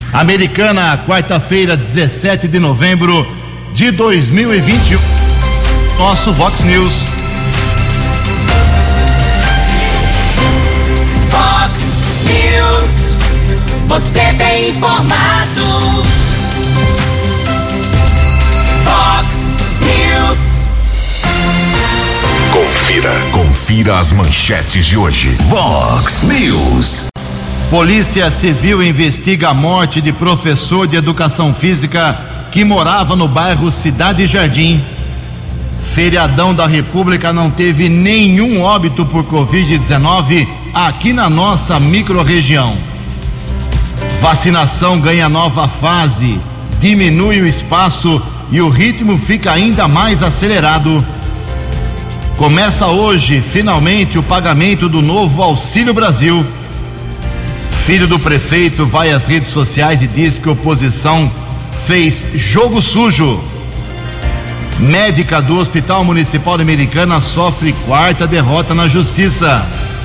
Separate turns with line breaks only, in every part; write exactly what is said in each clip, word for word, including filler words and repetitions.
Americana, quarta-feira, dezessete de novembro de dois mil e vinte e um. Nosso Vox News.
Vox News. Você bem informado. Vox News.
Confira. Confira as manchetes de hoje. Vox News.
Polícia Civil investiga a morte de professor de educação física que morava no bairro Cidade Jardim. Feriadão da República não teve nenhum óbito por covid dezenove aqui na nossa microrregião. Vacinação ganha nova fase, diminui o espaço e o ritmo fica ainda mais acelerado. Começa hoje, finalmente, o pagamento do novo Auxílio Brasil. Filho do prefeito vai às redes sociais e diz que a oposição fez jogo sujo. Médica do Hospital Municipal de Americana sofre quarta derrota na justiça.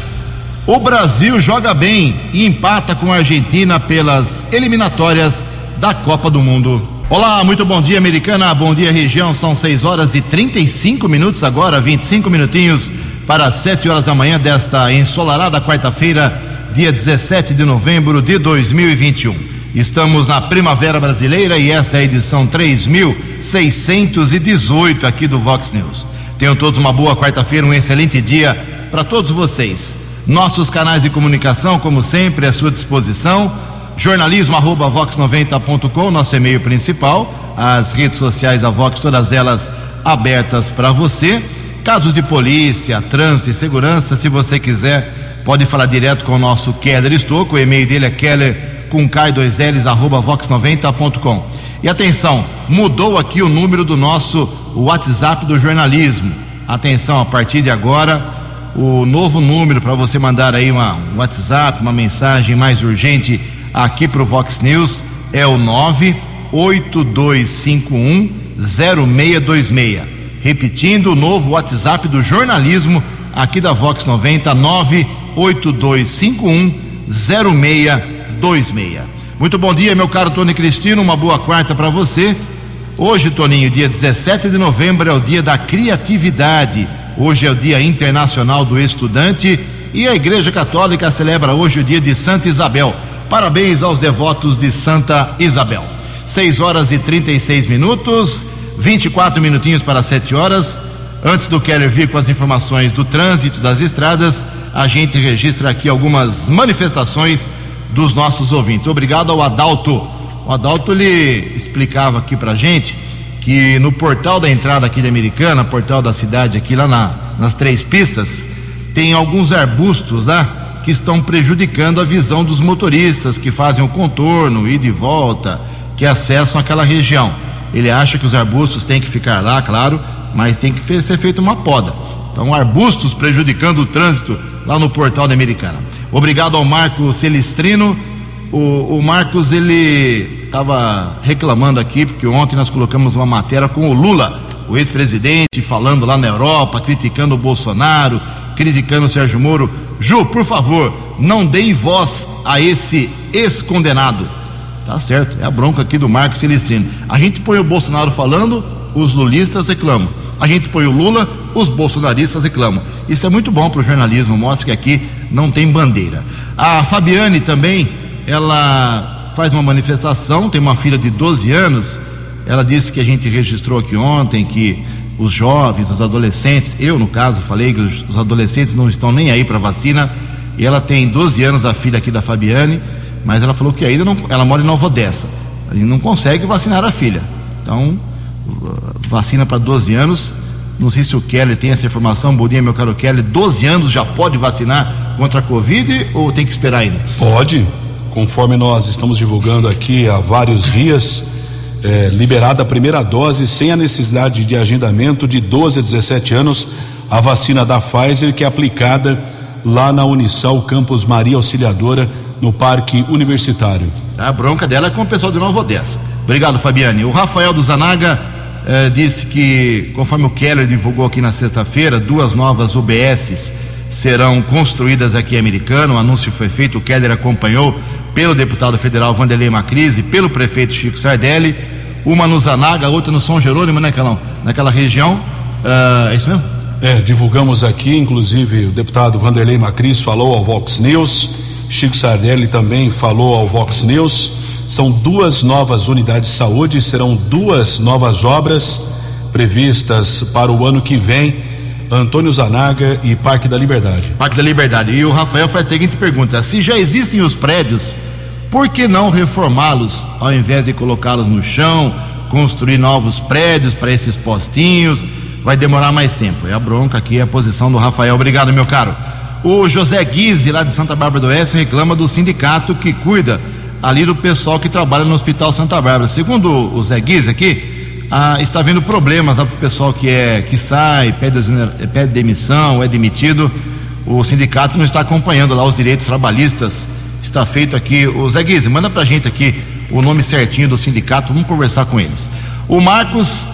O Brasil joga bem e empata com a Argentina pelas eliminatórias da Copa do Mundo. Olá, muito bom dia, Americana, bom dia, região. São seis horas e trinta e cinco minutos agora, vinte e cinco minutinhos para sete horas da manhã desta ensolarada quarta-feira, dia dezessete de novembro de dois mil e vinte e um. Estamos na Primavera Brasileira e esta é a edição três mil seiscentos e dezoito aqui do Vox News. Tenham todos uma boa quarta-feira, um excelente dia para todos vocês. Nossos canais de comunicação, como sempre, à sua disposição. jornalismo arroba vox noventa ponto com, nosso e-mail principal. As redes sociais da Vox, todas elas abertas para você. Casos de polícia, trânsito e segurança, se você quiser, pode falar direto com o nosso Keller Estouco. O e-mail dele é keller com K dois L's arroba vox noventa ponto com. E atenção, mudou aqui o número do nosso WhatsApp do jornalismo. Atenção, a partir de agora, o novo número para você mandar aí uma, um WhatsApp, uma mensagem mais urgente aqui para o Vox News é o nove oito dois cinco um zero seis dois seis. Repetindo, o novo WhatsApp do jornalismo aqui da Vox noventa, nove oito dois cinco um zero seis dois seis. Muito bom dia, meu caro Tony Cristino, uma boa quarta para você. Hoje, Toninho, dia dezessete de novembro, é o dia da criatividade. Hoje é o dia internacional do estudante e a Igreja Católica celebra hoje o dia de Santa Isabel. Parabéns aos devotos de Santa Isabel. seis horas e trinta e seis minutos, vinte e quatro minutinhos para sete horas. Antes do Keller vir com as informações do trânsito das estradas, a gente registra aqui algumas manifestações dos nossos ouvintes. Obrigado ao Adalto. O Adalto, ele explicava aqui pra gente que no portal da entrada aqui da Americana, portal da cidade aqui lá na, nas três pistas, tem alguns arbustos lá, né, que estão prejudicando a visão dos motoristas que fazem o contorno, ida e volta, que acessam aquela região. Ele acha que os arbustos têm que ficar lá, claro, mas tem que ser feita uma poda. Então, arbustos prejudicando o trânsito lá no portal da Americana. Obrigado ao Marcos Celestrino. O, o Marcos, ele estava reclamando aqui, porque ontem nós colocamos uma matéria com o Lula, o ex-presidente, falando lá na Europa, criticando o Bolsonaro, criticando o Sérgio Moro. Ju, por favor, não deem voz a esse ex-condenado. Tá certo, é a bronca aqui do Marcos Celestrino. A gente põe o Bolsonaro falando, os lulistas reclamam. A gente põe o Lula, os bolsonaristas reclamam. Isso é muito bom para o jornalismo, mostra que aqui não tem bandeira. A Fabiane também, ela faz uma manifestação, tem uma filha de doze anos. Ela disse que a gente registrou aqui ontem que os jovens, os adolescentes, eu no caso falei que os, os adolescentes não estão nem aí para vacina, e ela tem doze anos, a filha aqui da Fabiane, mas ela falou que ainda não, ela mora em Nova Odessa, e não consegue vacinar a filha. Então, vacina para doze anos. Não sei se o Keller tem essa informação. Bom dia, meu caro Keller. doze anos já pode vacinar contra a Covid ou tem que esperar ainda?
Pode, conforme nós estamos divulgando aqui há vários dias, é, liberada a primeira dose sem a necessidade de agendamento de doze a dezessete anos, a vacina da Pfizer, que é aplicada lá na Unisal Campus Maria Auxiliadora, no Parque Universitário.
A bronca dela é com o pessoal de Nova Odessa. Obrigado, Fabiane. O Rafael do Zanaga eh, disse que, conforme o Keller divulgou aqui na sexta-feira, duas novas U B Ss serão construídas aqui em Americana. O anúncio foi feito, o Keller acompanhou pelo deputado federal Vanderlei Macris e pelo prefeito Chico Sardelli, uma no Zanaga, outra no São Jerônimo, né, Calão? Naquela região. Uh, é isso mesmo?
É, divulgamos aqui, inclusive o deputado Vanderlei Macris falou ao Vox News, Chico Sardelli também falou ao Vox News. São duas novas unidades de saúde, serão duas novas obras previstas para o ano que vem, Antônio Zanaga e Parque da Liberdade.
Parque da Liberdade. E o Rafael faz a seguinte pergunta: se já existem os prédios, por que não reformá-los ao invés de colocá-los no chão, construir novos prédios para esses postinhos? Vai demorar mais tempo. É a bronca aqui, é a posição do Rafael. Obrigado, meu caro. O José Guise, lá de Santa Bárbara do Oeste, reclama do sindicato que cuida ali do pessoal que trabalha no Hospital Santa Bárbara. Segundo o Zé Guise aqui, ah, está havendo problemas lá para o pessoal que, é, que sai, pede, pede demissão, é demitido. O sindicato não está acompanhando lá os direitos trabalhistas. Está feito aqui. O Zé Guise, manda pra gente aqui o nome certinho do sindicato, vamos conversar com eles. O Marcos,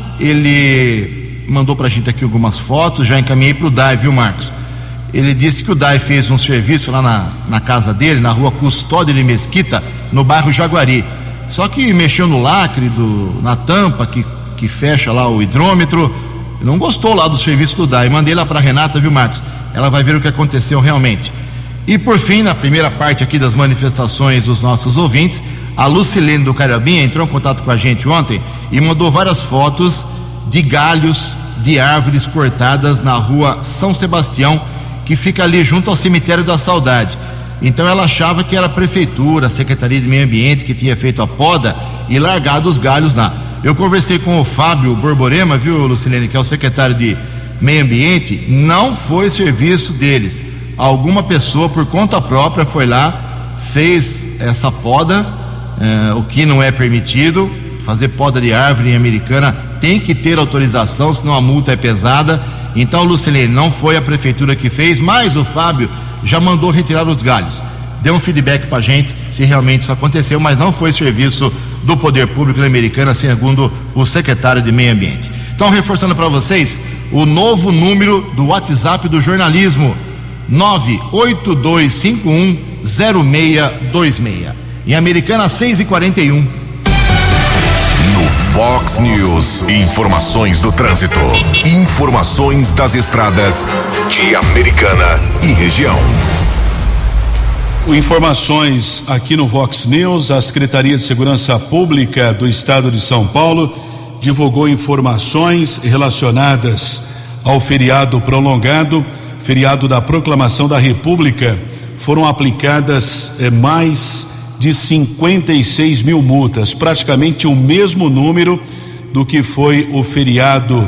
ele mandou pra gente aqui algumas fotos, já encaminhei pro D A I, viu, Marcos? Ele disse que o D A I fez um serviço lá na, na casa dele, na rua Custódio de Mesquita, no bairro Jaguari. Só que mexeu no lacre, do, na tampa que, que fecha lá o hidrômetro, não gostou lá do serviço do D A I. Mandei lá pra Renata, viu, Marcos? Ela vai ver o que aconteceu realmente. E por fim, na primeira parte aqui das manifestações dos nossos ouvintes, a Lucilene do Carabinha entrou em contato com a gente ontem e mandou várias fotos de galhos de árvores cortadas na rua São Sebastião, que fica ali junto ao cemitério da Saudade. Então ela achava que era a prefeitura, a Secretaria de Meio Ambiente que tinha feito a poda e largado os galhos lá. Eu conversei com o Fábio Borborema, viu, Lucilene, que é o secretário de Meio Ambiente. Não foi serviço deles. Alguma pessoa por conta própria foi lá, fez essa poda, eh, o que não é permitido. Fazer poda de árvore em Americana tem que ter autorização, senão a multa é pesada. Então, Lucilene, não foi a prefeitura que fez, mas o Fábio já mandou retirar os galhos. Deu um feedback pra gente se realmente isso aconteceu, mas não foi serviço do Poder Público da Americana, segundo o secretário de Meio Ambiente. Então, reforçando para vocês o novo número do WhatsApp do jornalismo, nove oito dois cinco um zero seis dois seis. Em Americana, seis e quarenta e um.
No Fox News, informações do trânsito, informações das estradas de Americana e região.
Informações aqui no Fox News. A Secretaria de Segurança Pública do Estado de São Paulo divulgou informações relacionadas ao feriado prolongado, feriado da Proclamação da República. Foram aplicadas eh, mais de cinquenta e seis mil multas, praticamente o mesmo número do que foi o feriado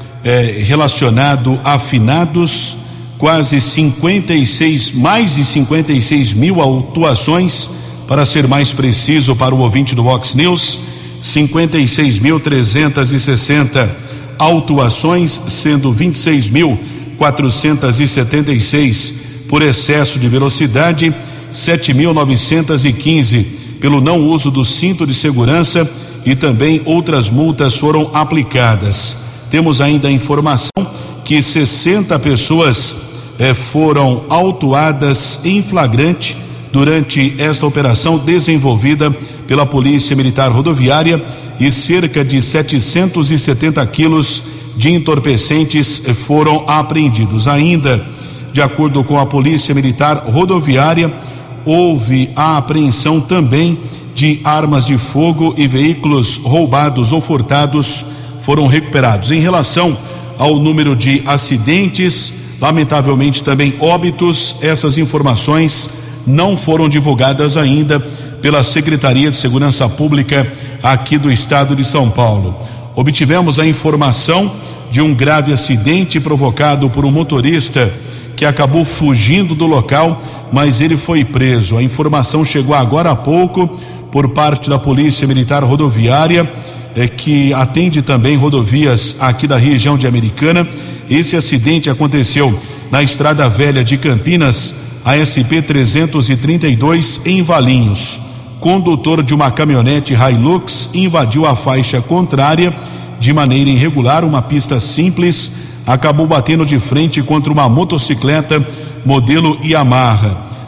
eh, relacionado a finados. Quase cinquenta e seis, mais de cinquenta e seis mil autuações, para ser mais preciso para o ouvinte do Vox News, cinquenta e seis mil trezentas e sessenta autuações, sendo vinte e seis mil quatrocentas e setenta e seis por excesso de velocidade, sete mil novecentas e quinze pelo não uso do cinto de segurança e também outras multas foram aplicadas. Temos ainda a informação que sessenta pessoas eh, foram autuadas em flagrante durante esta operação desenvolvida pela Polícia Militar Rodoviária e cerca de setecentos e setenta quilos de entorpecentes eh, foram apreendidos. Ainda, de acordo com a Polícia Militar Rodoviária, houve a apreensão também de armas de fogo e veículos roubados ou furtados foram recuperados. Em relação ao número de acidentes, lamentavelmente também óbitos, essas informações não foram divulgadas ainda pela Secretaria de Segurança Pública aqui do estado de São Paulo. Obtivemos a informação de um grave acidente provocado por um motorista que acabou fugindo do local, mas ele foi preso. A informação chegou agora há pouco por parte da Polícia Militar Rodoviária, é, que atende também rodovias aqui da região de Americana. Esse acidente aconteceu na Estrada Velha de Campinas, a S P trezentos e trinta e dois, em Valinhos. Condutor de uma caminhonete Hilux invadiu a faixa contrária de maneira irregular, uma pista simples, acabou batendo de frente contra uma motocicleta modelo Yamaha.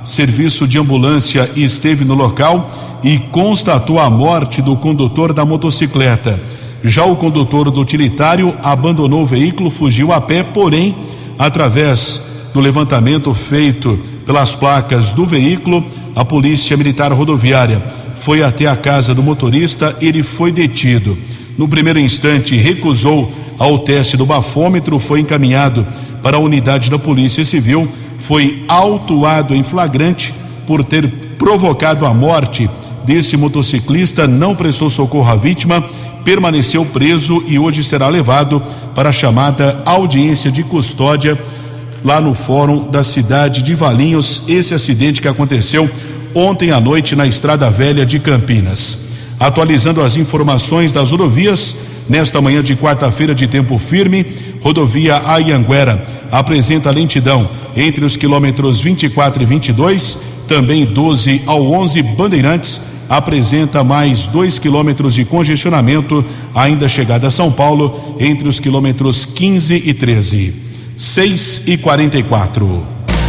Serviço de ambulância esteve no local e constatou a morte do condutor da motocicleta. Já o condutor do utilitário abandonou o veículo, fugiu a pé, porém, através do levantamento feito pelas placas do veículo, a Polícia Militar Rodoviária foi até a casa do motorista. Ele foi detido. No primeiro instante, recusou ao teste do bafômetro, foi encaminhado para a unidade da Polícia Civil, foi autuado em flagrante por ter provocado a morte desse motociclista, não prestou socorro à vítima, permaneceu preso e hoje será levado para a chamada audiência de custódia lá no fórum da cidade de Valinhos. Esse acidente que aconteceu ontem à noite na Estrada Velha de Campinas. Atualizando as informações das rodovias, nesta manhã de quarta-feira de tempo firme, rodovia Anhanguera apresenta lentidão entre os quilômetros vinte e quatro e vinte e dois, também doze ao onze. Bandeirantes apresenta mais dois quilômetros de congestionamento, ainda chegada a São Paulo, entre os quilômetros quinze e treze. seis e quarenta e quatro.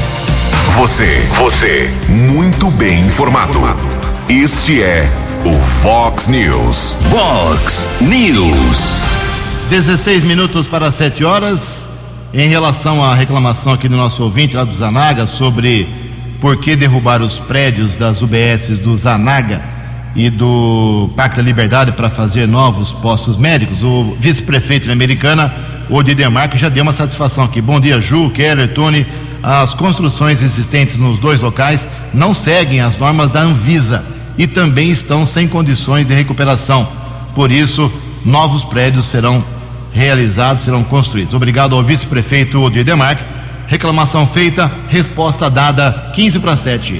Você, você, muito bem informado. Este é o Vox News. Vox News.
dezesseis minutos para sete horas. Em relação à reclamação aqui do nosso ouvinte lá do Zanaga sobre por que derrubar os prédios das U B S do Zanaga e do Parque da Liberdade para fazer novos postos médicos, o vice-prefeito da Americana, o Didemarco, já deu uma satisfação aqui. Bom dia, Ju, Keller, Tony. As construções existentes nos dois locais não seguem as normas da Anvisa e também estão sem condições de recuperação. Por isso, novos prédios serão realizados, serão construídos. Obrigado ao vice-prefeito Odir Demarque. Reclamação feita, resposta dada, quinze para sete.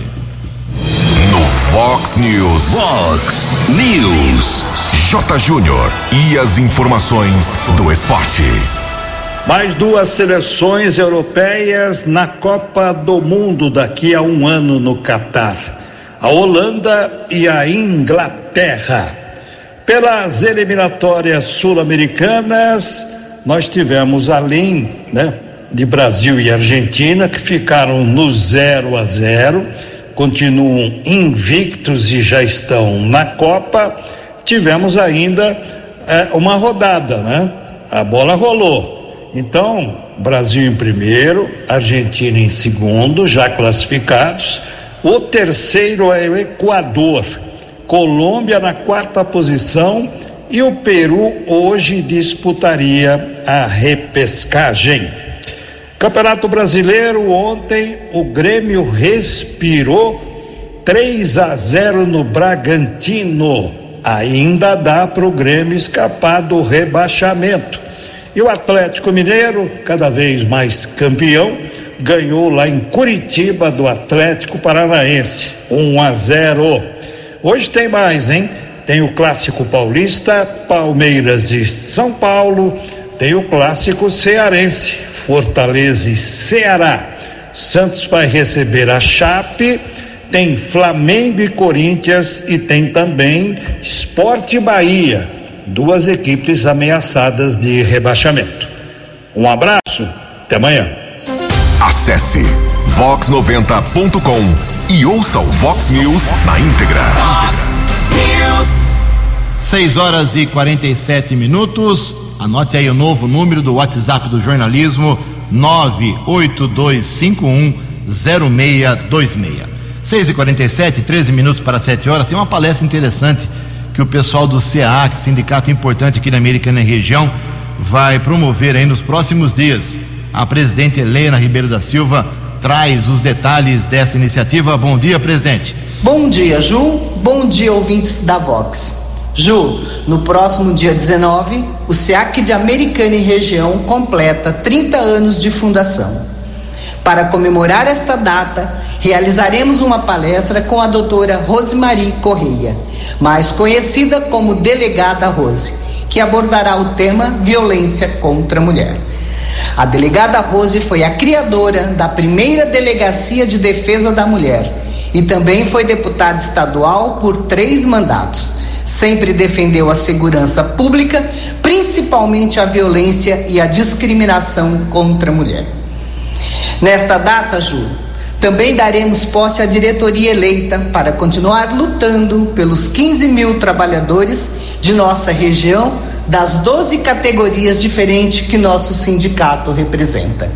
No Vox News. Vox News. J. Júnior e as informações do esporte.
Mais duas seleções europeias na Copa do Mundo daqui a um ano no Catar. A Holanda e a Inglaterra. Pelas eliminatórias sul-americanas, nós tivemos além, né, de Brasil e Argentina, que ficaram no zero a zero, continuam invictos e já estão na Copa. Tivemos ainda é, uma rodada, né? A bola rolou. Então, Brasil em primeiro, Argentina em segundo, já classificados. O terceiro é o Equador. Colômbia na quarta posição e o Peru hoje disputaria a repescagem. Campeonato Brasileiro, ontem o Grêmio respirou três a zero no Bragantino. Ainda dá para o Grêmio escapar do rebaixamento. E o Atlético Mineiro, cada vez mais campeão, ganhou lá em Curitiba do Atlético Paranaense, um a zero. Hoje tem mais, hein? Tem o Clássico Paulista, Palmeiras e São Paulo, tem o Clássico Cearense, Fortaleza e Ceará. Santos vai receber a Chape, tem Flamengo e Corinthians e tem também Sport e Bahia, duas equipes ameaçadas de rebaixamento. Um abraço, até amanhã.
Acesse vox noventa ponto com e ouça o Vox News na íntegra.
Vox News.
seis horas e quarenta e sete minutos. Anote aí o novo número do WhatsApp do jornalismo: nove oito dois cinco um zero seis dois seis. seis e quarenta e sete, treze minutos para sete horas. Tem uma palestra interessante que o pessoal do C A A, que é sindicato importante aqui na Americana e região, vai promover aí nos próximos dias. A presidente Helena Ribeiro da Silva traz os detalhes dessa iniciativa. Bom dia, presidente.
Bom dia, Ju. Bom dia, ouvintes da Vox. Ju, no próximo dia dezenove, o C A C de Americana e região completa trinta anos de fundação. Para comemorar esta data, realizaremos uma palestra com a doutora Rosemarie Correia, mais conhecida como Delegada Rose, que abordará o tema violência contra a mulher. A delegada Rose foi a criadora da primeira Delegacia de Defesa da Mulher e também foi deputada estadual por três mandatos. Sempre defendeu a segurança pública, principalmente a violência e a discriminação contra a mulher. Nesta data, Ju, Também daremos posse à diretoria eleita para continuar lutando pelos quinze mil trabalhadores de nossa região, das doze categorias diferentes que nosso sindicato representa.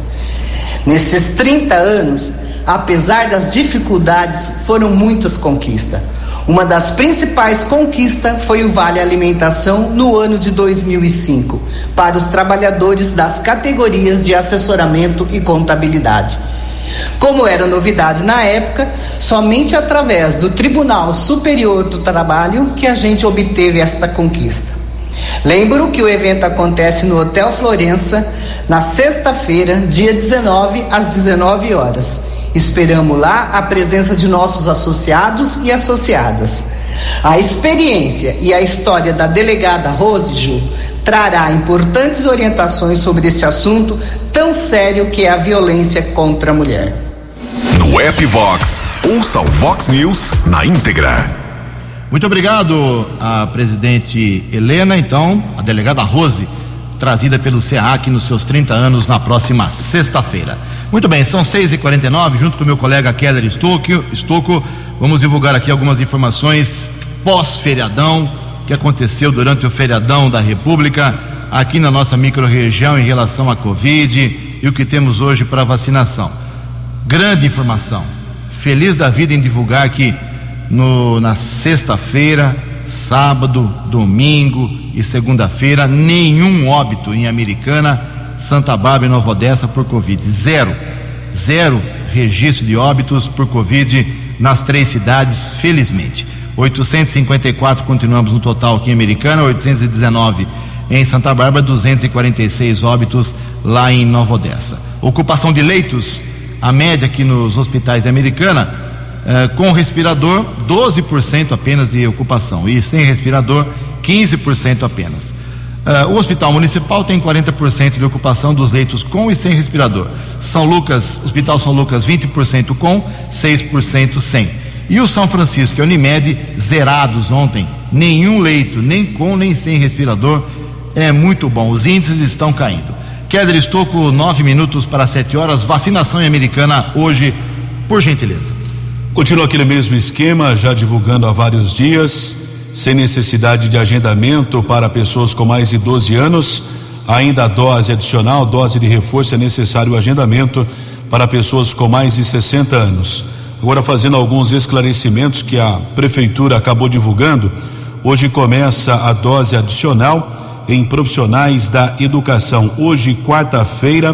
Nesses trinta anos, apesar das dificuldades, foram muitas conquistas. Uma das principais conquistas foi o Vale Alimentação no ano de dois mil e cinco, para os trabalhadores das categorias de assessoramento e contabilidade. Como era novidade na época, somente através do Tribunal Superior do Trabalho que a gente obteve esta conquista. Lembro que o evento acontece no Hotel Florença, na sexta-feira, dia dezenove, às dezenove horas. Esperamos lá a presença de nossos associados e associadas. A experiência e a história da delegada Rose Ju trará importantes orientações sobre este assunto tão sério que é a violência contra a mulher.
No app Vox, ouça o Vox News na íntegra.
Muito obrigado à presidente Helena, então, a delegada Rose, trazida pelo SEAC nos seus trinta anos na próxima sexta-feira. Muito bem, são seis e quarenta e nove, junto com o meu colega Keller Estocco, vamos divulgar aqui algumas informações pós-feriadão, que aconteceu durante o feriadão da República, aqui na nossa micro-região em relação à Covid e o que temos hoje para vacinação. Grande informação, feliz da vida em divulgar que no, na sexta-feira, sábado, domingo e segunda-feira, nenhum óbito em Americana, Santa Bárbara e Nova Odessa por Covid. Zero. Zero registro de óbitos por Covid nas três cidades, felizmente. oitocentos e cinquenta e quatro continuamos no total aqui em Americana, oitocentos e dezenove em Santa Bárbara, duzentos e quarenta e seis óbitos lá em Nova Odessa. Ocupação de leitos, a média aqui nos hospitais de Americana, eh, com respirador, doze por cento apenas de ocupação, e sem respirador, quinze por cento apenas. Uh, o Hospital Municipal tem quarenta por cento de ocupação dos leitos com e sem respirador. São Lucas, Hospital São Lucas, vinte por cento com, seis por cento sem. E o São Francisco e a Unimed, zerados ontem. Nenhum leito, nem com nem sem respirador. É muito bom, os índices estão caindo. Keller Estocco, nove minutos para sete horas. Vacinação em Americana hoje, por gentileza.
Continua aquele mesmo esquema, já divulgando há vários dias, sem necessidade de agendamento para pessoas com mais de doze anos. Ainda a dose adicional, dose de reforço, é necessário o agendamento para pessoas com mais de sessenta anos. Agora, fazendo alguns esclarecimentos que a prefeitura acabou divulgando, hoje começa a dose adicional em profissionais da educação. Hoje, quarta-feira,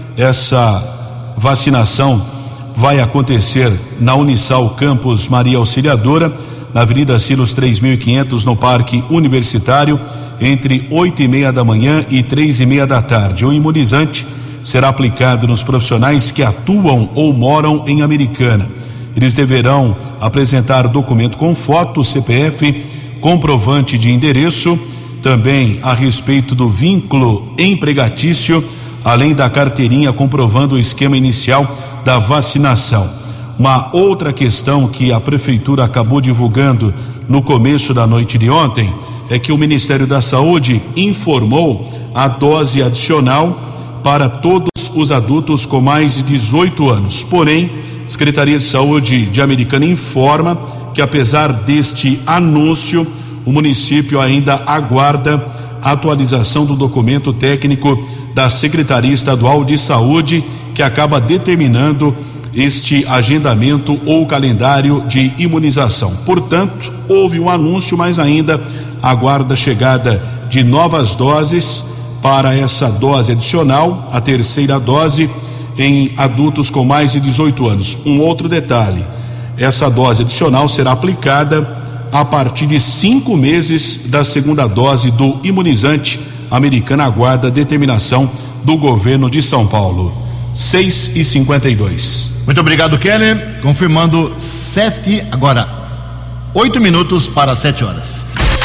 essa vacinação vai acontecer na Unisal Campus Maria Auxiliadora, na Avenida Silos três mil e quinhentos, no Parque Universitário, entre oito e meia da manhã e três e meia da tarde. O imunizante será aplicado nos profissionais que atuam ou moram em Americana. Eles deverão apresentar documento com foto, C P F, comprovante de endereço, também a respeito do vínculo empregatício, além da carteirinha comprovando o esquema inicial da vacinação. Uma outra questão que a prefeitura acabou divulgando no começo da noite de ontem é que o Ministério da Saúde informou a dose adicional para todos os adultos com mais de dezoito anos. Porém, a Secretaria de Saúde de Americana informa que, apesar deste anúncio, o município ainda aguarda a atualização do documento técnico da Secretaria Estadual de Saúde, que acaba determinando este agendamento ou calendário de imunização. Portanto, houve um anúncio, mas ainda aguarda a chegada de novas doses para essa dose adicional, a terceira dose em adultos com mais de dezoito anos. Um outro detalhe: essa dose adicional será aplicada a partir de cinco meses da segunda dose do imunizante. A Americana aguarda a determinação do governo de São Paulo. seis e cinquenta e dois.
Muito obrigado, Keller. Confirmando sete, agora oito minutos para sete horas.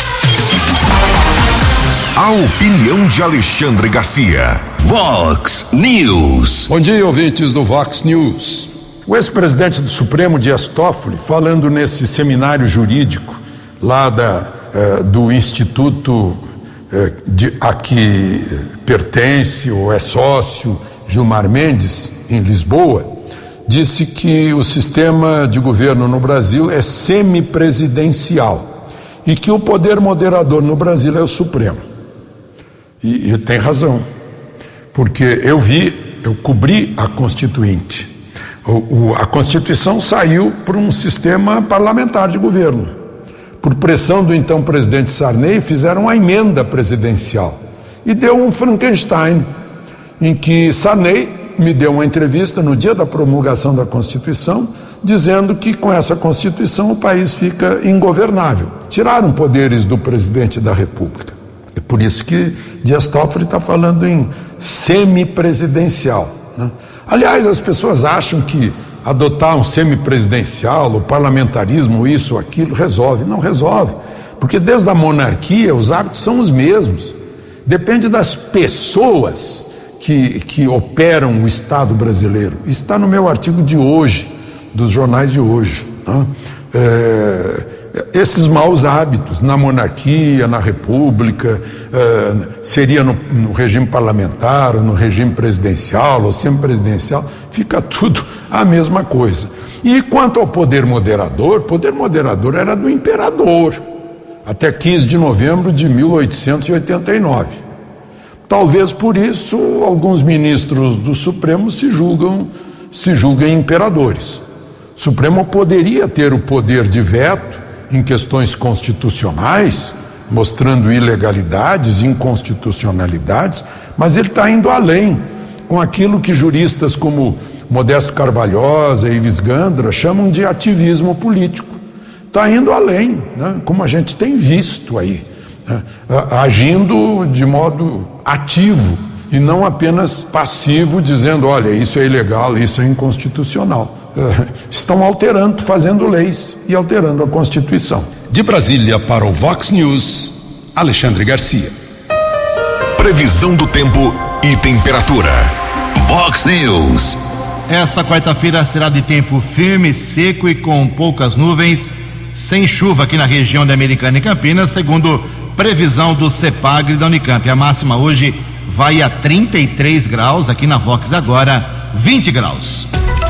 A opinião de Alexandre Garcia.
Vox News.
Bom dia, ouvintes do Vox News. O ex-presidente do Supremo, Dias Toffoli, falando nesse seminário jurídico lá da, eh, do Instituto eh, de, a que pertence ou é sócio Gilmar Mendes, em Lisboa, disse que o sistema de governo no Brasil é semipresidencial e que o poder moderador no Brasil é o Supremo. E ele tem razão, porque eu vi, eu cobri a Constituinte. O, o, a Constituição saiu por um sistema parlamentar de governo. Por pressão do então presidente Sarney, fizeram uma emenda presidencial e deu um Frankenstein, em que Sarney me deu uma entrevista no dia da promulgação da Constituição, dizendo que com essa Constituição o país fica ingovernável. Tiraram poderes do presidente da República. É por isso que Dias Toffoli está falando em semipresidencial, né? Aliás, as pessoas acham que adotar um semipresidencial, o parlamentarismo, isso, aquilo, resolve. Não resolve, porque desde a monarquia os hábitos são os mesmos. Depende das pessoas que, que operam o Estado brasileiro. Isso está no meu artigo de hoje, dos jornais de hoje, né? É, esses maus hábitos na monarquia, na república, é, seria no, no regime parlamentar, no regime presidencial ou semipresidencial, fica tudo a mesma coisa. E quanto ao poder moderador, poder moderador era do imperador, até quinze de novembro de mil oitocentos e oitenta e nove. Talvez por isso alguns ministros do Supremo se julgam, se julguem imperadores. O Supremo poderia ter o poder de veto em questões constitucionais, mostrando ilegalidades, inconstitucionalidades, mas ele está indo além, com aquilo que juristas como Modesto Carvalhosa e Ives Gandra chamam de ativismo político. Está indo além, né? Como a gente tem visto aí, né? Agindo de modo ativo e não apenas passivo, dizendo, olha, isso é ilegal, isso é inconstitucional. Estão alterando, fazendo leis e alterando a Constituição.
De Brasília para o Vox News, Alexandre Garcia.
Previsão do tempo e temperatura.
Vox News.
Esta quarta-feira será de tempo firme, seco e com poucas nuvens, sem chuva aqui na região de Americana e Campinas, segundo previsão do CEPAGRE da Unicamp. A máxima hoje vai a trinta e três graus, aqui na Vox agora vinte graus.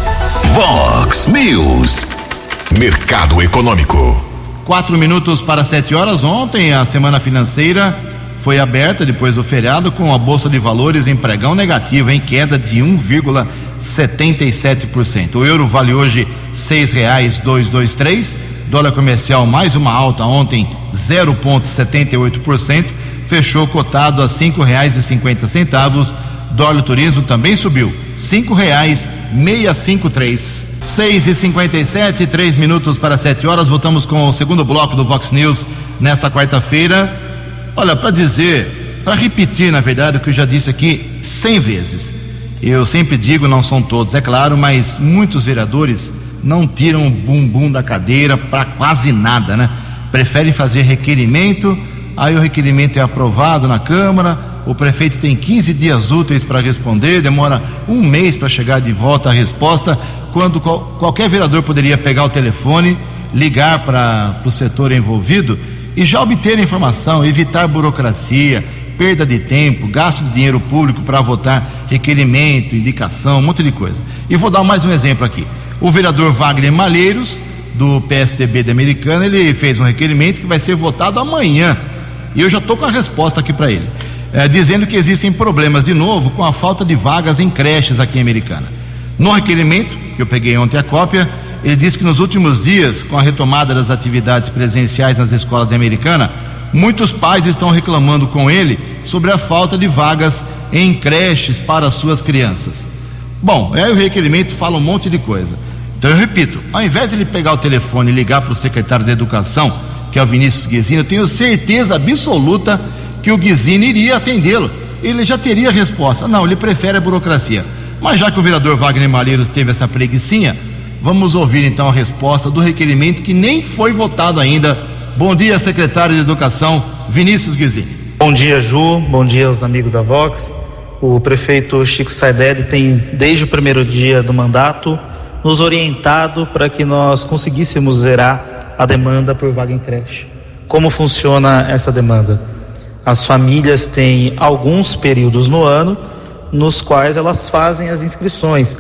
Vox News.
Mercado Econômico.
Quatro minutos para sete horas. Ontem a semana financeira foi aberta depois do feriado com a Bolsa de Valores em pregão negativo, em queda de um vírgula setenta e sete por cento. O euro vale hoje seis reais duzentos e vinte e três. Dólar comercial mais uma alta ontem, zero vírgula setenta e oito por cento. Fechou cotado a cinco reais e cinquenta centavos. Dólar turismo também subiu, cinco reais seiscentos e cinquenta e três. seis e cinquenta e sete, três minutos para sete horas. Voltamos com o segundo bloco do Vox News nesta quarta-feira. Olha, para dizer, para repetir, na verdade, o que eu já disse aqui cem vezes. Eu sempre digo, não são todos, é claro, mas muitos vereadores não tiram o bumbum da cadeira para quase nada, né? Preferem fazer requerimento, aí o requerimento é aprovado na Câmara. O prefeito tem quinze dias úteis para responder, demora um mês para chegar de volta a resposta, quando qual, qualquer vereador poderia pegar o telefone, ligar para o setor envolvido e já obter a informação, evitar burocracia, perda de tempo, gasto de dinheiro público para votar requerimento, indicação, um monte de coisa. E vou dar mais um exemplo aqui. O vereador Wagner Malheiros, do P S D B de Americana, ele fez um requerimento que vai ser votado amanhã, e eu já estou com a resposta aqui para ele. É, dizendo que existem problemas de novo com a falta de vagas em creches aqui em Americana. No requerimento, que eu peguei ontem a cópia, ele diz que nos últimos dias, com a retomada das atividades presenciais nas escolas de Americana, muitos pais estão reclamando com ele sobre a falta de vagas em creches para suas crianças. Bom, aí o requerimento fala um monte de coisa. Então eu repito, ao invés de ele pegar o telefone e ligar para o secretário de Educação, que é o Vinícius Guizini, eu tenho certeza absoluta que o Guizini iria atendê-lo. Ele já teria a resposta. Não, ele prefere a burocracia. Mas já que o vereador Wagner Malheiros teve essa preguicinha, vamos ouvir então a resposta do requerimento que nem foi votado ainda. Bom dia, secretário de Educação, Vinícius Guizini.
Bom dia, Ju. Bom dia aos amigos da Vox. O prefeito Chico Sardelli tem, desde o primeiro dia do mandato, nos orientado para que nós conseguíssemos zerar a demanda por vaga em creche. Como funciona essa demanda? As famílias têm alguns períodos no ano nos quais elas fazem as inscrições.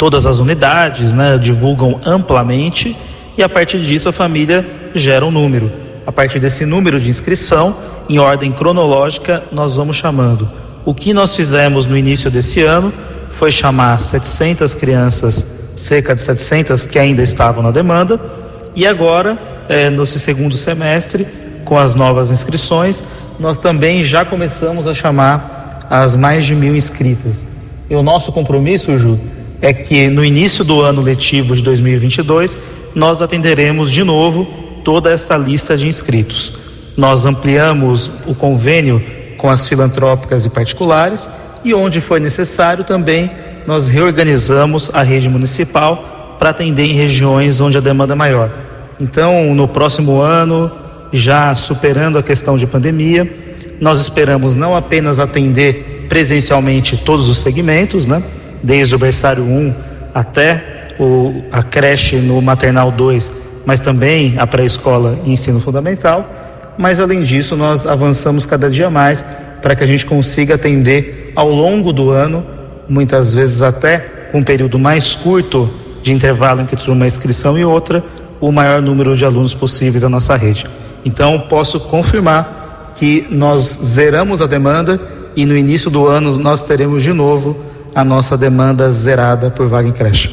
todas as unidades, né, divulgam amplamente, e a partir disso a família gera um número. A partir desse número de inscrição, em ordem cronológica, nós vamos chamando. O que nós fizemos no início desse ano foi chamar setecentas crianças, cerca de setecentas que ainda estavam na demanda, e agora, é, nesse segundo semestre, com as novas inscrições, nós também já começamos a chamar as mais de mil inscritas. E o nosso compromisso, Ju, é que no início do ano letivo de dois mil e vinte e dois, nós atenderemos de novo toda essa lista de inscritos. Nós ampliamos o convênio com as filantrópicas e particulares, e onde foi necessário também nós reorganizamos a rede municipal para atender em regiões onde a demanda é maior. Então, no próximo ano, já superando a questão de pandemia, nós esperamos não apenas atender presencialmente todos os segmentos, né, desde o berçário um até o, a creche no maternal dois, mas também a pré-escola e ensino fundamental, mas além disso nós avançamos cada dia mais para que a gente consiga atender ao longo do ano, muitas vezes até com um período mais curto de intervalo entre uma inscrição e outra, o maior número de alunos possíveis na nossa rede. Então posso confirmar que nós zeramos a demanda e no início do ano nós teremos de novo a nossa demanda zerada por vaga em creche.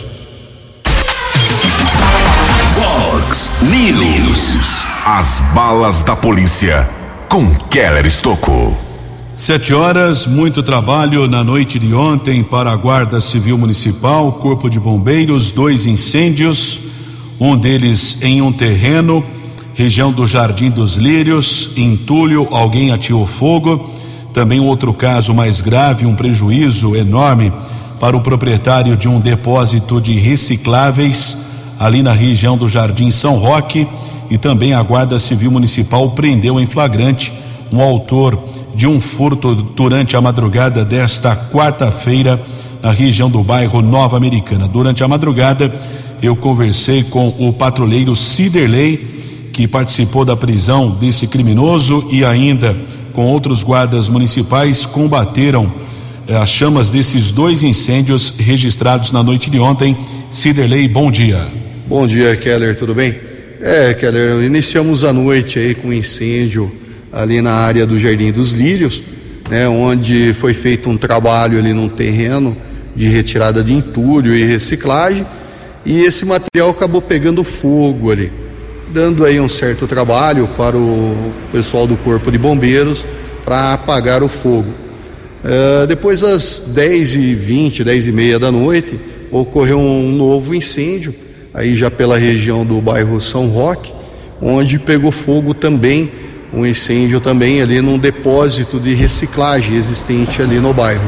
Vox News. As balas da polícia com Keller Estocco.
Sete horas, muito trabalho na noite de ontem para a Guarda Civil Municipal, Corpo de Bombeiros, dois incêndios, um deles em um terreno, região do Jardim dos Lírios, entulho, alguém ateou fogo. Também um outro caso mais grave, um prejuízo enorme para o proprietário de um depósito de recicláveis ali na região do Jardim São Roque, e também a Guarda Civil Municipal prendeu em flagrante um autor de um furto durante a madrugada desta quarta-feira na região do bairro Nova Americana. Durante a madrugada eu conversei com o patrulheiro Ciderley, que participou da prisão desse criminoso, e ainda com outros guardas municipais combateram eh, as chamas desses dois incêndios registrados na noite de ontem. Ciderley, bom dia.
Bom dia, Keller, tudo bem? É, Keller, iniciamos a noite aí com incêndio ali na área do Jardim dos Lírios, né, onde foi feito um trabalho ali num terreno de retirada de entulho e reciclagem, e esse material acabou pegando fogo ali, dando aí um certo trabalho para o pessoal do Corpo de Bombeiros para apagar o fogo. Uh, depois às dez e vinte, dez e meia da noite, ocorreu um novo incêndio, aí já pela região do bairro São Roque, onde pegou fogo também, um incêndio também ali num depósito de reciclagem existente ali no bairro.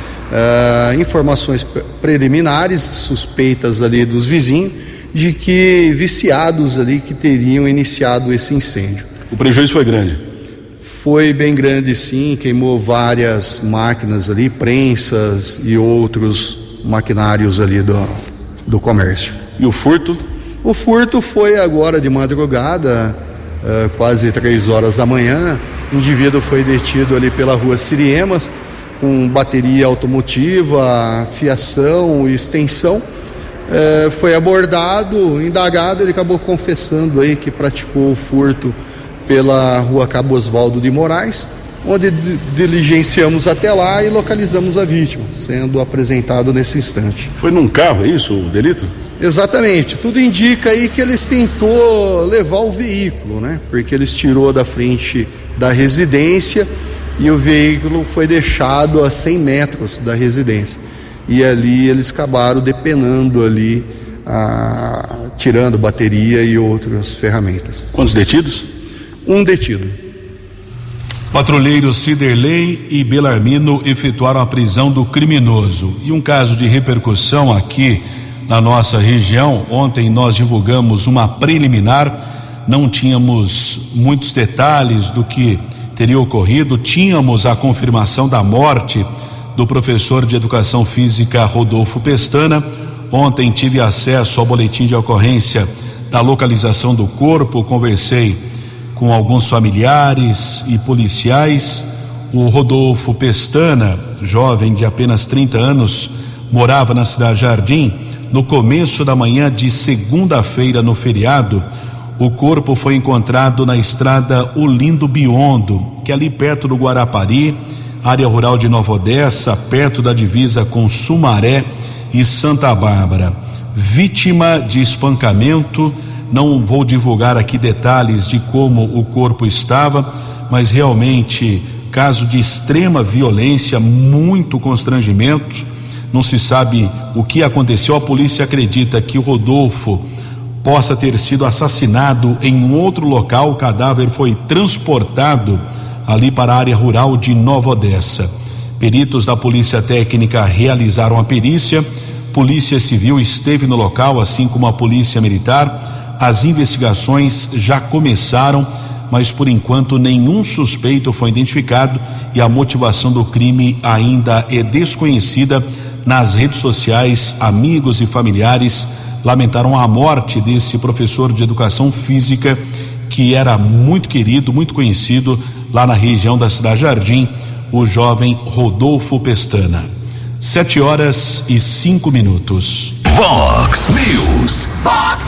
Uh, informações preliminares, suspeitas ali dos vizinhos, de que viciados ali que teriam iniciado esse incêndio.
O prejuízo foi grande?
Foi bem grande, sim, queimou várias máquinas ali, prensas e outros maquinários ali do, do comércio.
E o furto?
O furto foi agora de madrugada, uh, quase três horas da manhã. O indivíduo foi detido ali pela rua Siriemas, com bateria automotiva, fiação e extensão. É, foi abordado, indagado, ele acabou confessando aí que praticou o furto pela rua Cabo Osvaldo de Moraes, onde diligenciamos até lá e localizamos a vítima, sendo apresentado nesse instante.
Foi num carro, é isso, o delito?
Exatamente, tudo indica aí que eles tentou levar o veículo, né? Porque eles tirou da frente da residência e o veículo foi deixado a cem metros da residência. E ali eles acabaram depenando ali, a, tirando bateria e outras ferramentas.
Quantos detidos?
Um detido.
Patrulheiros Ciderley e Belarmino efetuaram a prisão do criminoso. E um caso de repercussão aqui na nossa região, ontem nós divulgamos uma preliminar, não tínhamos muitos detalhes do que teria ocorrido, tínhamos a confirmação da morte do professor de Educação Física Rodolfo Pestana. Ontem tive acesso ao boletim de ocorrência da localização do corpo, conversei com alguns familiares e policiais. O Rodolfo Pestana, jovem de apenas trinta anos, morava na cidade Jardim, no começo da manhã de segunda-feira, no feriado. O corpo foi encontrado na estrada Olindo Biondo, que é ali perto do Guarapari, área rural de Nova Odessa, perto da divisa com Sumaré e Santa Bárbara. Vítima de espancamento. Não vou divulgar aqui detalhes de como o corpo estava, mas realmente caso de extrema violência, muito constrangimento. Não se sabe o que aconteceu. A polícia acredita que o Rodolfo possa ter sido assassinado em um outro local. O cadáver foi transportado ali para a área rural de Nova Odessa. Peritos da Polícia Técnica realizaram a perícia. Polícia Civil esteve no local, assim como a Polícia Militar. As investigações já começaram, mas por enquanto nenhum suspeito foi identificado e a motivação do crime ainda é desconhecida. Nas redes sociais, amigos e familiares lamentaram a morte desse professor de educação física que era muito querido, muito conhecido lá na região da Cidade Jardim, o jovem Rodolfo Pestana. Sete horas e cinco minutos.
Vox News. Vox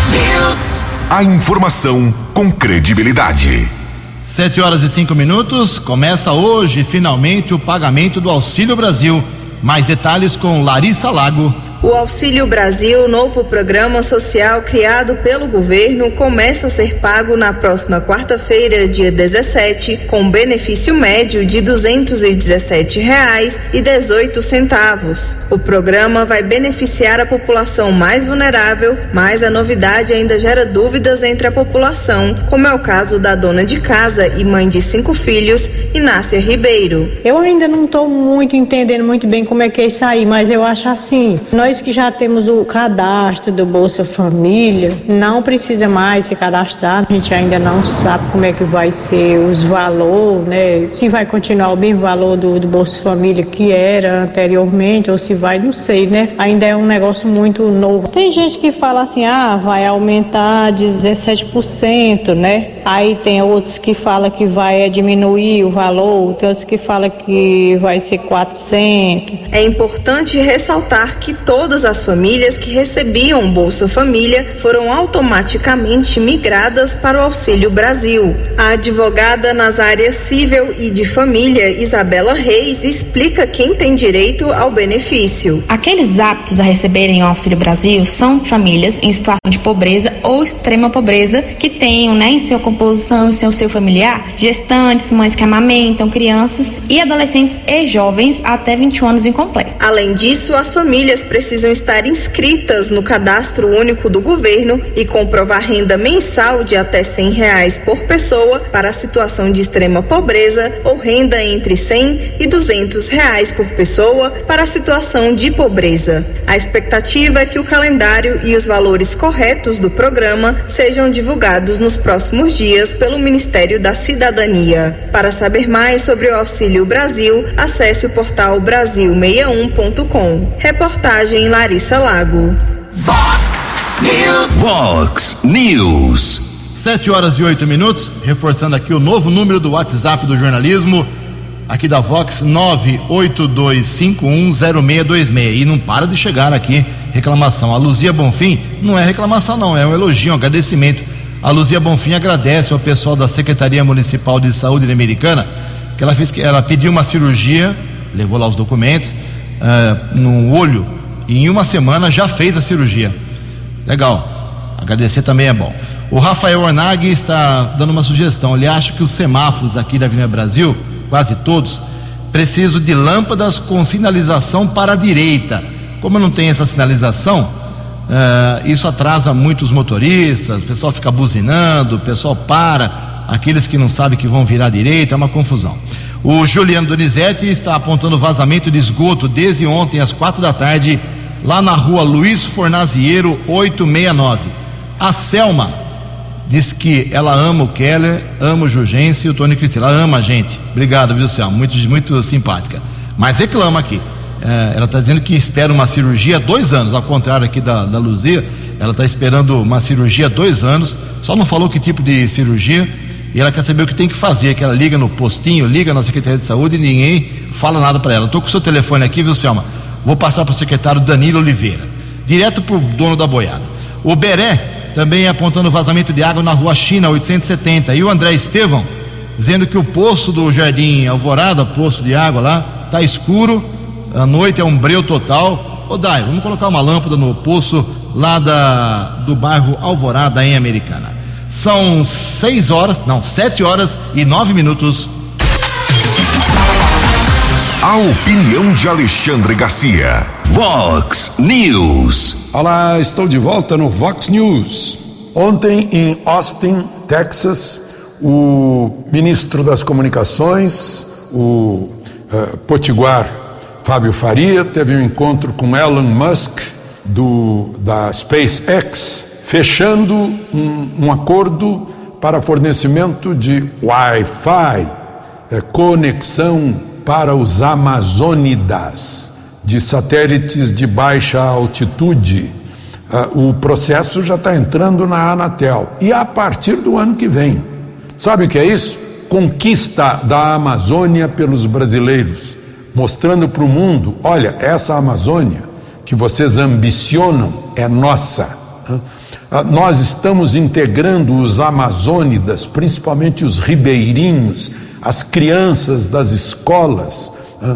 News. A informação com credibilidade.
Sete horas e cinco minutos. Começa hoje, finalmente, o pagamento do Auxílio Brasil. Mais detalhes com Larissa Lago.
O Auxílio Brasil, novo programa social criado pelo governo, começa a ser pago na próxima quarta-feira, dia dezessete, com benefício médio de duzentos e dezessete reais e dezoito centavos. O programa vai beneficiar a população mais vulnerável, mas a novidade ainda gera dúvidas entre a população, como é o caso da dona de casa e mãe de cinco filhos, Inácia Ribeiro.
Eu ainda não estou muito entendendo muito bem como é que é isso aí, mas eu acho assim, nós que já temos o cadastro do Bolsa Família, não precisa mais se cadastrar. A gente ainda não sabe como é que vai ser os valores, né? Se vai continuar o mesmo valor do, do Bolsa Família que era anteriormente, ou se vai, não sei, né? Ainda é um negócio muito novo. Tem gente que fala assim, ah, vai aumentar dezessete por cento, né? Aí tem outros que falam que vai diminuir o valor, tem outros que falam que vai ser quatrocentos.
É importante ressaltar que todas as famílias que recebiam Bolsa Família foram automaticamente migradas para o Auxílio Brasil. A advogada nas áreas civil e de família, Isabela Reis, explica quem tem direito ao benefício.
Aqueles aptos a receberem o Auxílio Brasil são famílias em situação de pobreza ou extrema pobreza que tenham, né, em sua composição, em seu, seu familiar, gestantes, mães que amamentam, crianças e adolescentes e jovens até vinte e um anos incompletos.
Além disso, as famílias precisam estar inscritas no Cadastro Único do Governo e comprovar renda mensal de até cem reais por pessoa para a situação de extrema pobreza ou renda entre cem e duzentos reais por pessoa para a situação de pobreza. A expectativa é que o calendário e os valores corretos do programa sejam divulgados nos próximos dias pelo Ministério da Cidadania. Para saber mais sobre o Auxílio Brasil, acesse o portal brasil sessenta e um ponto com. Reportagem Larissa Lago.
Vox News. Vox News.
Sete horas e oito minutos, reforçando aqui o novo número do WhatsApp do jornalismo, aqui da Vox, nove oito dois cinco um zero seis dois seis. E não para de chegar aqui reclamação. A Luzia Bonfim, não é reclamação não, é um elogio, um agradecimento. A Luzia Bonfim agradece ao pessoal da Secretaria Municipal de Saúde da Americana, que ela, fez, ela pediu uma cirurgia, levou lá os documentos, uh, no olho, e em uma semana já fez a cirurgia. Legal, agradecer também é bom. O Rafael Ornag está dando uma sugestão. Ele acha que os semáforos aqui da Avenida Brasil, quase todos, precisam de lâmpadas com sinalização para a direita. Como não tem essa sinalização, uh, isso atrasa muito os motoristas, o pessoal fica buzinando, o pessoal para, aqueles que não sabem que vão virar à direita, é uma confusão. O Juliano Donizete está apontando vazamento de esgoto desde ontem às quatro da tarde, lá na rua Luiz Fornaziero oitocentos e sessenta e nove. A Selma diz que ela ama o Keller, ama o Jurgense e o Tony Cristina. Ela ama a gente. Obrigado, viu, Selma? Muito, muito simpática. Mas reclama aqui. É, ela está dizendo que espera uma cirurgia há dois anos, ao contrário aqui da, da Luzia. Ela está esperando uma cirurgia há dois anos, só não falou que tipo de cirurgia. E ela quer saber o que tem que fazer, que ela liga no postinho, liga na Secretaria de Saúde e ninguém fala nada para ela. Estou com o seu telefone aqui, viu, Selma? Vou passar para o secretário Danilo Oliveira. direto pro dono da boiada. O Beré também apontando vazamento de água na rua China oitocentos e setenta, e o André Estevão dizendo que o poço do Jardim Alvorada, poço de água lá, tá escuro, a noite é um breu total. Ô Dai, vamos colocar uma lâmpada no poço lá da, do bairro Alvorada, em Americana. São seis horas, não, sete horas e nove minutos.
A opinião de Alexandre Garcia. Vox News.
Olá, estou de volta no Vox News. Ontem em Austin, Texas, o ministro das Comunicações, o uh, potiguar Fábio Faria, teve um encontro com Elon Musk do, da SpaceX, fechando um, um acordo para fornecimento de Wi-Fi, eh, conexão para os Amazônidas, de satélites de baixa altitude. Uh, o processo já está entrando na Anatel, e a partir do ano que vem, sabe o que é isso? Conquista da Amazônia pelos brasileiros, mostrando para o mundo: olha, essa Amazônia que vocês ambicionam é nossa. Nós estamos integrando os amazônidas, principalmente os ribeirinhos, as crianças das escolas,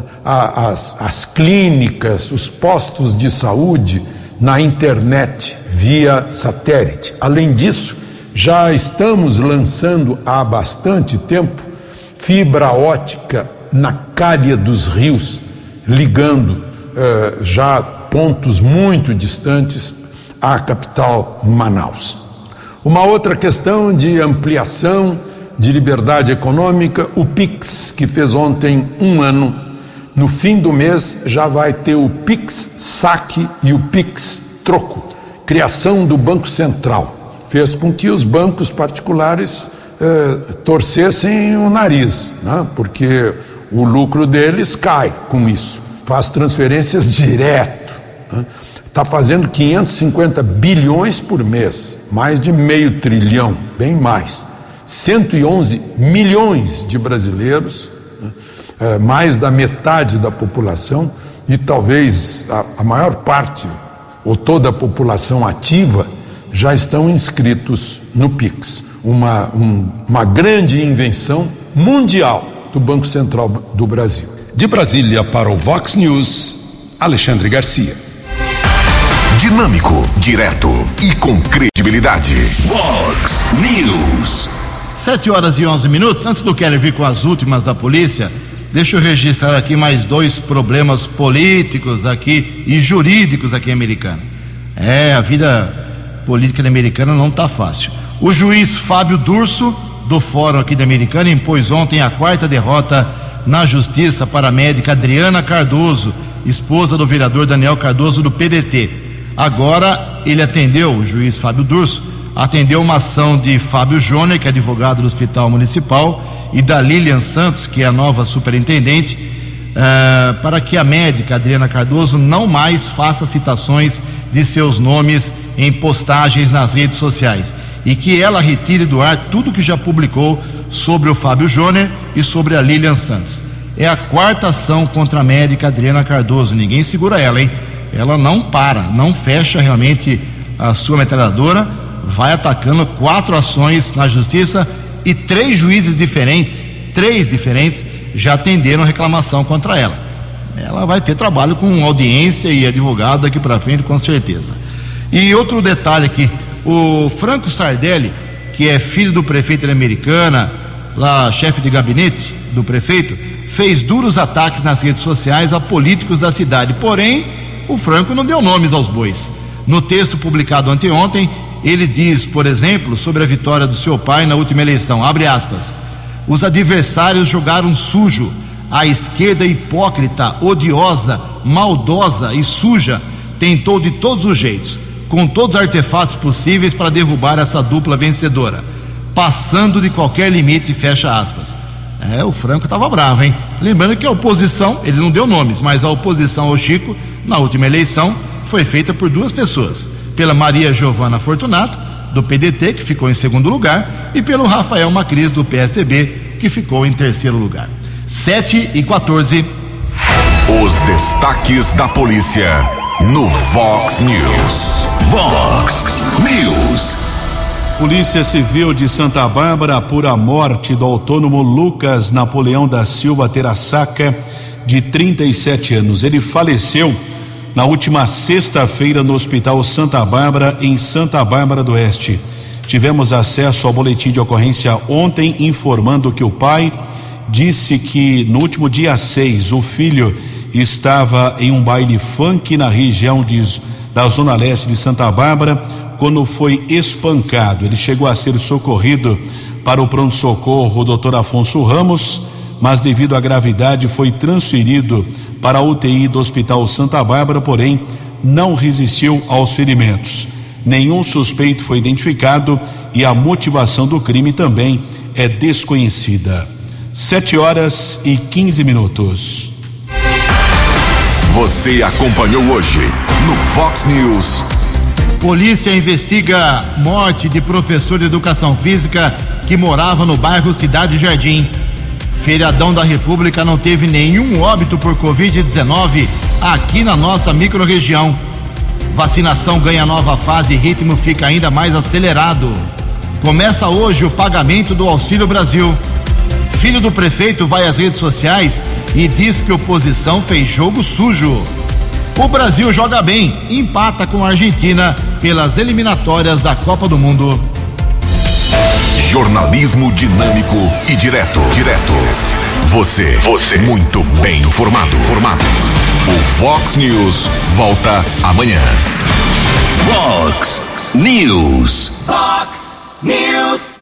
as, as clínicas, os postos de saúde, na internet via satélite. Além disso, já estamos lançando há bastante tempo fibra ótica na calha dos rios, ligando eh, já pontos muito distantes à capital Manaus. Uma outra questão de ampliação de liberdade econômica, o Pix, que fez ontem um ano. No fim do mês já vai ter o Pix Saque e o Pix Troco. Criação do Banco Central fez com que os bancos particulares eh, torcessem o nariz, né? Porque o lucro deles cai com isso. Faz transferências direto, né? Está fazendo quinhentos e cinquenta bilhões por mês, mais de meio trilhão, bem mais. cento e onze milhões de brasileiros, né? É, mais da metade da população, e talvez a, a maior parte ou toda a população ativa já estão inscritos no Pix. Uma, um, uma grande invenção mundial do Banco Central do Brasil.
De Brasília para o Vox News, Alexandre Garcia.
Dinâmico, direto e com credibilidade. Vox News.
Sete horas e onze minutos. Antes do Keller vir com as últimas da polícia, deixa eu registrar aqui mais dois problemas políticos aqui e jurídicos aqui em Americana. É, a vida política da Americana não está fácil. O juiz Fábio Durso, do Fórum aqui da Americana, impôs ontem a quarta derrota na justiça para a médica Adriana Cardoso, esposa do vereador Daniel Cardoso do P D T. Agora ele atendeu, o juiz Fábio Durso, atendeu uma ação de Fábio Jônior, que é advogado do Hospital Municipal, e da Lilian Santos, que é a nova superintendente, uh, para que a médica Adriana Cardoso não mais faça citações de seus nomes em postagens nas redes sociais, e que ela retire do ar tudo que já publicou sobre o Fábio Jônior e sobre a Lilian Santos. É a quarta ação contra a médica Adriana Cardoso, ninguém segura ela, hein? Ela não para, não fecha realmente a sua metralhadora, vai atacando. Quatro ações na justiça e três juízes diferentes, três diferentes, já atenderam reclamação contra ela. Ela vai ter trabalho com audiência e advogado daqui para frente, com certeza. E outro detalhe aqui, o Franco Sardelli, que é filho do prefeito da Americana, lá chefe de gabinete do prefeito, fez duros ataques nas redes sociais a políticos da cidade, porém o Franco não deu nomes aos bois. No texto publicado anteontem, ele diz, por exemplo, sobre a vitória do seu pai na última eleição, abre aspas: os adversários jogaram sujo, a esquerda hipócrita, odiosa, maldosa e suja tentou de todos os jeitos, com todos os artefatos possíveis, para derrubar essa dupla vencedora, passando de qualquer limite, fecha aspas. É, o Franco estava bravo, hein? Lembrando que a oposição, ele não deu nomes, mas a oposição ao Chico, na última eleição, foi feita por duas pessoas: pela Maria Giovana Fortunato, do P D T, que ficou em segundo lugar, e pelo Rafael Macris, do P S D B, que ficou em terceiro lugar. sete e quatorze.
Os destaques da polícia no Vox News. Vox News.
Polícia Civil de Santa Bárbara apura a morte do autônomo Lucas Napoleão da Silva Terassaca, de trinta e sete anos. Ele faleceu na última sexta-feira no Hospital Santa Bárbara, em Santa Bárbara do Oeste. Tivemos acesso ao boletim de ocorrência ontem, informando que o pai disse que no último dia seis o filho estava em um baile funk na região de, da Zona Leste de Santa Bárbara, quando foi espancado. Ele chegou a ser socorrido para o pronto-socorro doutor Afonso Ramos, mas devido à gravidade foi transferido para a U T I do Hospital Santa Bárbara, porém não resistiu aos ferimentos. Nenhum suspeito foi identificado e a motivação do crime também é desconhecida. Sete horas e quinze minutos.
Você acompanhou hoje no Vox News.
Polícia investiga morte de professor de educação física que morava no bairro Cidade Jardim. Feriadão da República não teve nenhum óbito por covid dezenove aqui na nossa microrregião. Vacinação ganha nova fase e ritmo fica ainda mais acelerado. Começa hoje o pagamento do Auxílio Brasil. Filho do prefeito vai às redes sociais e diz que oposição fez jogo sujo. O Brasil joga bem, empata com a Argentina pelas eliminatórias da Copa do Mundo.
Jornalismo dinâmico e direto. Direto. Você. Você. Muito bem informado. Formado. O Vox News volta amanhã. Vox News.
Vox News.